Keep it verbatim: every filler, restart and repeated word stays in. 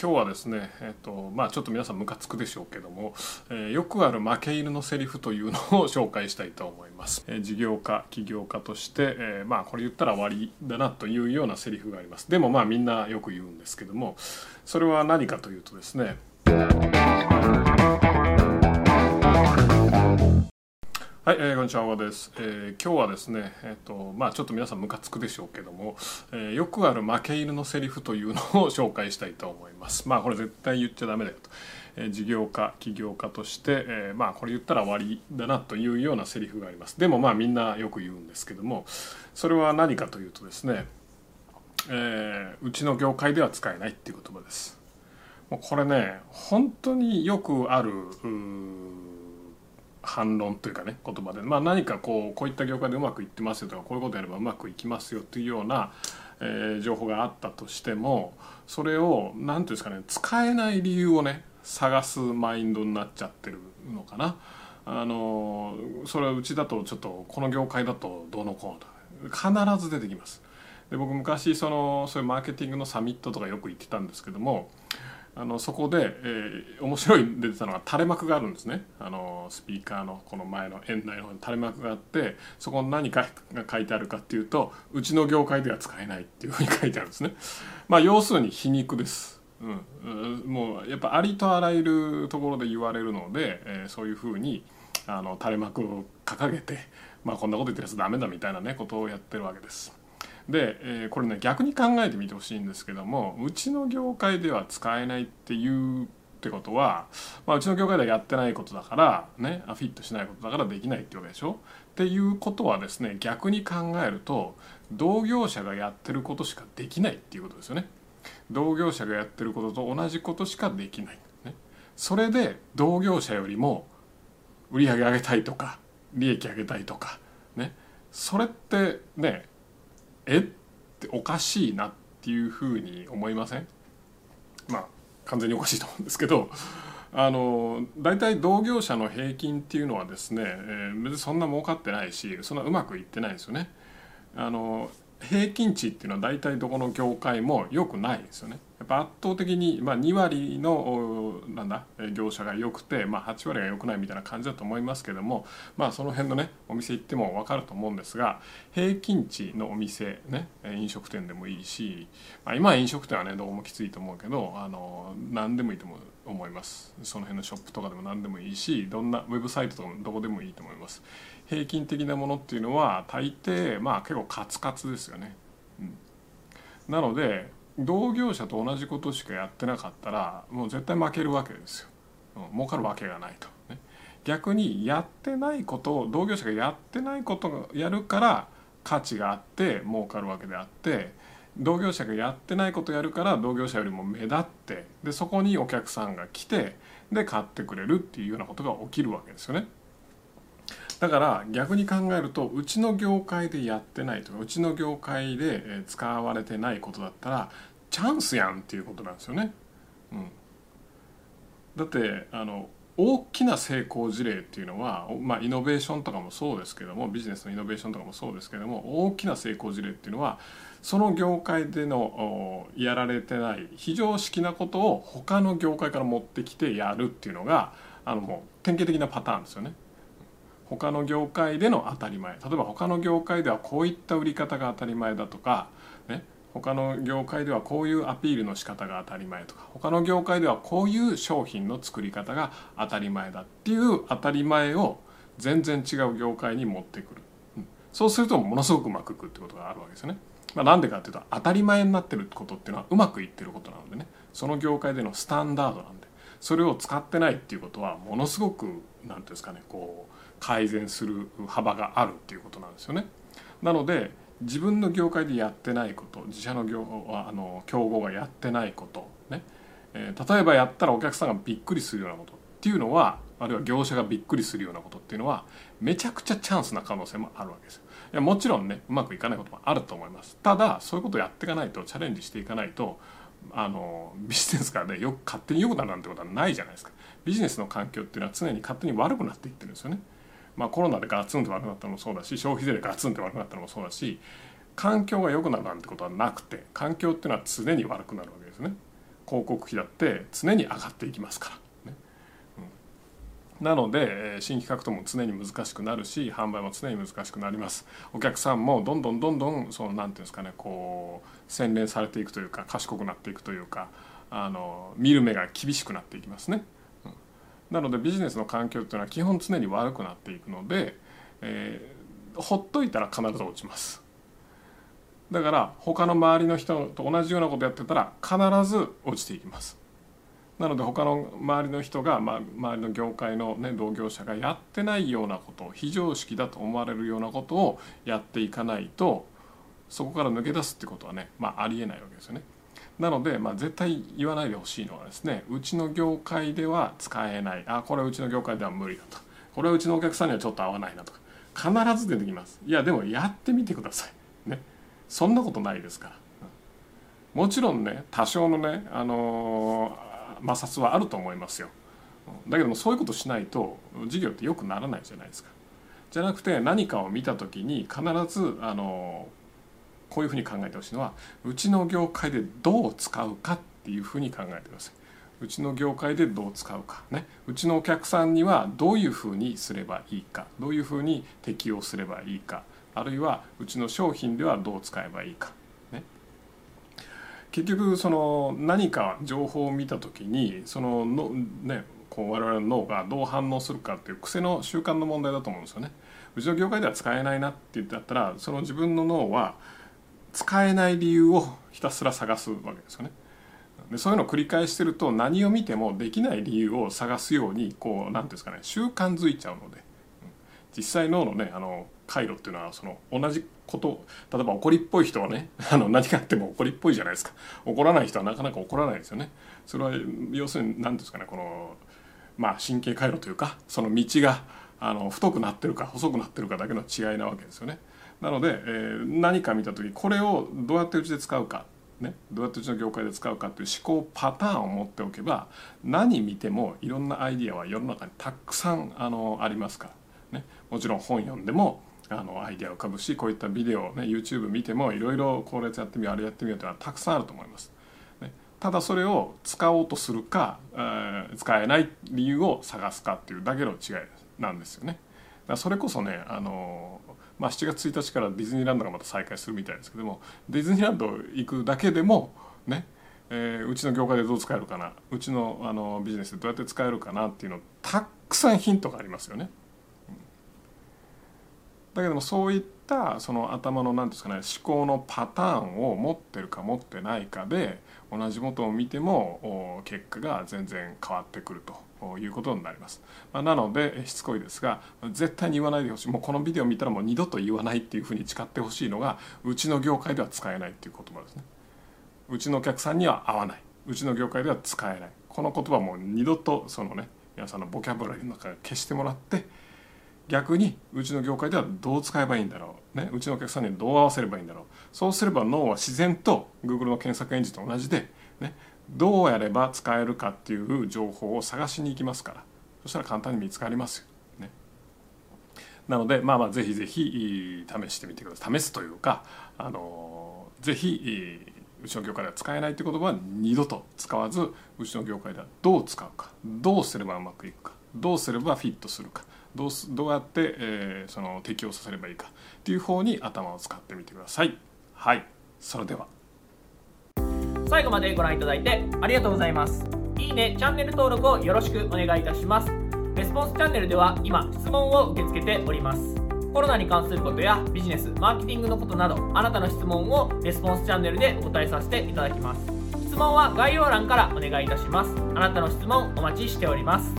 今日はですね、えっとまあ、ちょっと皆さんムカつくでしょうけども、えー、よくある負け犬のセリフというのを紹介したいと思います。えー、事業家起業家として、えー、まあこれ言ったら終わりだなというようなセリフがあります。でもまあみんなよく言うんですけども、それは何かというとですね、はい、えー、こんにちは、小川です。えー、今日はですね、えっと、まあちょっと皆さんムカつくでしょうけども、えー、よくある負け犬のセリフというのを紹介したいと思います。まあこれ絶対言っちゃダメだよと。えー、事業家、起業家として、えー、まあこれ言ったら終わりだなというようなセリフがあります。でもまあみんなよく言うんですけども、それは何かというとですね、えー、うちの業界では使えないっていう言葉です。もうこれね、本当によくある、反論というかね言葉で、まあ、何かこうこういった業界でうまくいってますよとかこういうことやればうまくいきますよというような、えー、情報があったとしてもそれを何ていうんですかね使えない理由をね探すマインドになっちゃってるのかな。あのそれはうちだとちょっとこの業界だとどうのこうのと必ず出てきます。で僕昔そのそういうマーケティングのサミットとかよく行ってたんですけどもあのそこで、えー、面白い出てたのが垂れ幕があるんですね。あのスピーカーのこの前の園内の方に垂れ幕があってそこに何かが書いてあるかっていうとうちの業界では使えないっていうふうに書いてあるんですね。まあ要するに皮肉です。うん、もうやっぱありとあらゆるところで言われるので、えー、そういうふうにあの垂れ幕を掲げて、まあ、こんなこと言ってるやつダメだみたいなねことをやってるわけです。で、えー、これね逆に考えてみてほしいんですけどもうちの業界では使えないっていうってことは、まあ、うちの業界ではやってないことだからねフィットしないことだからできないってわけでしょっていうことはですね逆に考えると同業者がやってることしかできないっていうことですよね。同業者がやってることと同じことしかできない、ね、それで同業者よりも売り上げ上げたいとか利益上げたいとかねそれってねえっておかしいなっていうふうに思いません？まあ完全におかしいと思うんですけどあの大体同業者の平均っていうのはですね、えー、別にそんな儲かってないしそんなうまくいってないんですよね。あの平均値っていうのは大体どこの業界も良くないんですよね。やっぱ圧倒的に、まあ、に割のなんだ業者が良くて、まあ、はち割が良くないみたいな感じだと思いますけども、まあ、その辺のねお店行っても分かると思うんですが平均値のお店ね飲食店でもいいし、まあ、今は飲食店はねどうもきついと思うけどあの何でもいいと思います。その辺のショップとかでも何でもいいしどんなウェブサイトとかもどこでもいいと思います。平均的なものっていうのは大抵まあ結構カツカツですよね。うん、なので同業者と同じことしかやってなかったらもう絶対負けるわけですよ。うん、儲かるわけがないと、ね。逆にやってないことを同業者がやってないことをやるから価値があって儲かるわけであって同業者がやってないことをやるから同業者よりも目立ってでそこにお客さんが来てで買ってくれるっていうようなことが起きるわけですよね。だから逆に考えるとうちの業界でやってないとかうちの業界で使われてないことだったらチャンスやんっていうことなんですよね。うん、だってあの大きな成功事例っていうのは、まあ、イノベーションとかもそうですけどもビジネスのイノベーションとかもそうですけども大きな成功事例っていうのはその業界でのやられてない非常識なことを他の業界から持ってきてやるっていうのがあのもう典型的なパターンですよね。他の業界での当たり前例えば他の業界ではこういった売り方が当たり前だとか、ね、他の業界ではこういうアピールの仕方が当たり前とか他の業界ではこういう商品の作り方が当たり前だっていう当たり前を全然違う業界に持ってくる、うん、そうするとものすごくうまくいくってことがあるわけですよね。まあ、なんでかっていうと当たり前になってることっていうのはうまくいってることなのでねその業界でのスタンダードなんでそれを使ってないっていうことはものすごくなんていうんですかねこう改善する幅があるっていうことなんですよね。なので自分の業界でやってないこと自社の業あの競合がやってないことね、えー、例えばやったらお客さんがびっくりするようなことっていうのはあるいは業者がびっくりするようなことっていうのはめちゃくちゃチャンスな可能性もあるわけですよ。いやもちろんねうまくいかないこともあると思います。ただそういうことをやっていかないとチャレンジしていかないとあのビジネスがねよく勝手に良くなるなんてことはないじゃないですか。ビジネスの環境っていうのは常に勝手に悪くなっていってるんですよね。まあ、コロナでガツンと悪くなったのもそうだし消費税でガツンと悪くなったのもそうだし環境が良くなるなんてことはなくて環境っていうのは常に悪くなるわけですね。 広告費だって常に上がっていきますからね。うん、なので新規獲得も常に難しくなるし、販売も常に難しくなります。お客さんもどんどんどんどんそのなんていうんですかね、こう洗練されていくというか、賢くなっていくというか、あの見る目が厳しくなっていきますね。うん、なのでビジネスの環境っていうのは基本常に悪くなっていくので、えー、ほっといたら必ず落ちます。だから他の周りの人と同じようなことやってたら必ず落ちていきます。なので他の周りの人が、まあ、周りの業界の、ね、同業者がやってないようなこと、非常識だと思われるようなことをやっていかないと、そこから抜け出すってことはね、まあ、ありえないわけですよね。なので、まあ、絶対言わないでほしいのはですね、うちの業界では使えない、あ、これはうちの業界では無理だと、これはうちのお客さんにはちょっと合わないなとか必ず出てきます。いやでもやってみてくださいね。そんなことないですから。もちろんね、多少のね、あのー、摩擦はあると思いますよ。だけどもそういうことしないと事業って良くならないじゃないですか。じゃなくて、何かを見た時に必ずあのー、こういうふうに考えてほしいのは、うちの業界でどう使うかっていうふうに考えてください。うちの業界でどう使うかね、うちのお客さんにはどういうふうにすればいいか、どういうふうに適用すればいいか、あるいはうちの商品ではどう使えばいいか、ね、結局その何か情報を見た時にそのの、ね、こう我々の脳がどう反応するかっていう癖の習慣の問題だと思うんですよね。うちの業界では使えないなって言ってあったら、その自分の脳は使えない理由をひたすら探すわけですよね。でそういうのを繰り返してると、何を見てもできない理由を探すようにこう何ていうんですかね、習慣づいちゃうので、実際脳のね、あの回路っていうのはその同じこと、例えば怒りっぽい人はね、あの何があっても怒りっぽいじゃないですか。怒らない人はなかなか怒らないですよね。それは要するに何ですかね、このまあ神経回路というか、その道があの太くなってるか細くなってるかだけの違いなわけですよね。なので、えー、何か見た時これをどうやってうちで使うか、ね、どうやってうちの業界で使うかっていう思考パターンを持っておけば、何見てもいろんなアイディアは世の中にたくさんあのありますから、ね、もちろん本読んでもあのアイディアを浮かぶし、こういったビデオ、ね、YouTube 見てもいろいろこれやってみようあれやってみようというのはたくさんあると思います、ね、ただそれを使おうとするか、えー、使えない理由を探すかっていうだけの違いなんですよね。だからそれこそね、あのまあ、しちがつついたちからディズニーランドがまた再開するみたいですけども、ディズニーランド行くだけでもね、えー、うちの業界でどう使えるかな、うち の, あのビジネスでどうやって使えるかなっていうのたくさんヒントがありますよね。だけどもそういったその頭の何ですかね、思考のパターンを持ってるか持ってないかで同じことを見ても結果が全然変わってくるということになります。まあ、なのでしつこいですが絶対に言わないでほしい。もうこのビデオ見たらもう二度と言わないっていうふうに誓ってほしいのが、うちの業界では使えないっていう言葉ですね。うちのお客さんには合わない、うちの業界では使えない、この言葉もう二度とそのね、皆さんのボキャブラリーの中から消してもらって、逆にうちの業界ではどう使えばいいんだろう、ね、うちのお客さんにどう合わせればいいんだろう。そうすれば脳は自然と Google の検索エンジンと同じで、ね、どうやれば使えるかっていう情報を探しに行きますから、そしたら簡単に見つかりますよ、ね、なのでまあまあぜひぜひ試してみてください。試すというか、あのぜひうちの業界では使えないという言葉は二度と使わず、うちの業界ではどう使うか、どうすればうまくいくか、どうすればフィットするか、どうすどうやって、えー、その適用させればいいかっていう方に頭を使ってみてください。はい、それでは最後までご覧いただいてありがとうございます。いいね、チャンネル登録をよろしくお願いいたします。レスポンスチャンネルでは今質問を受け付けております。コロナに関することやビジネス、マーケティングのことなど、あなたの質問をレスポンスチャンネルでお答えさせていただきます。質問は概要欄からお願いいたします。あなたの質問お待ちしております。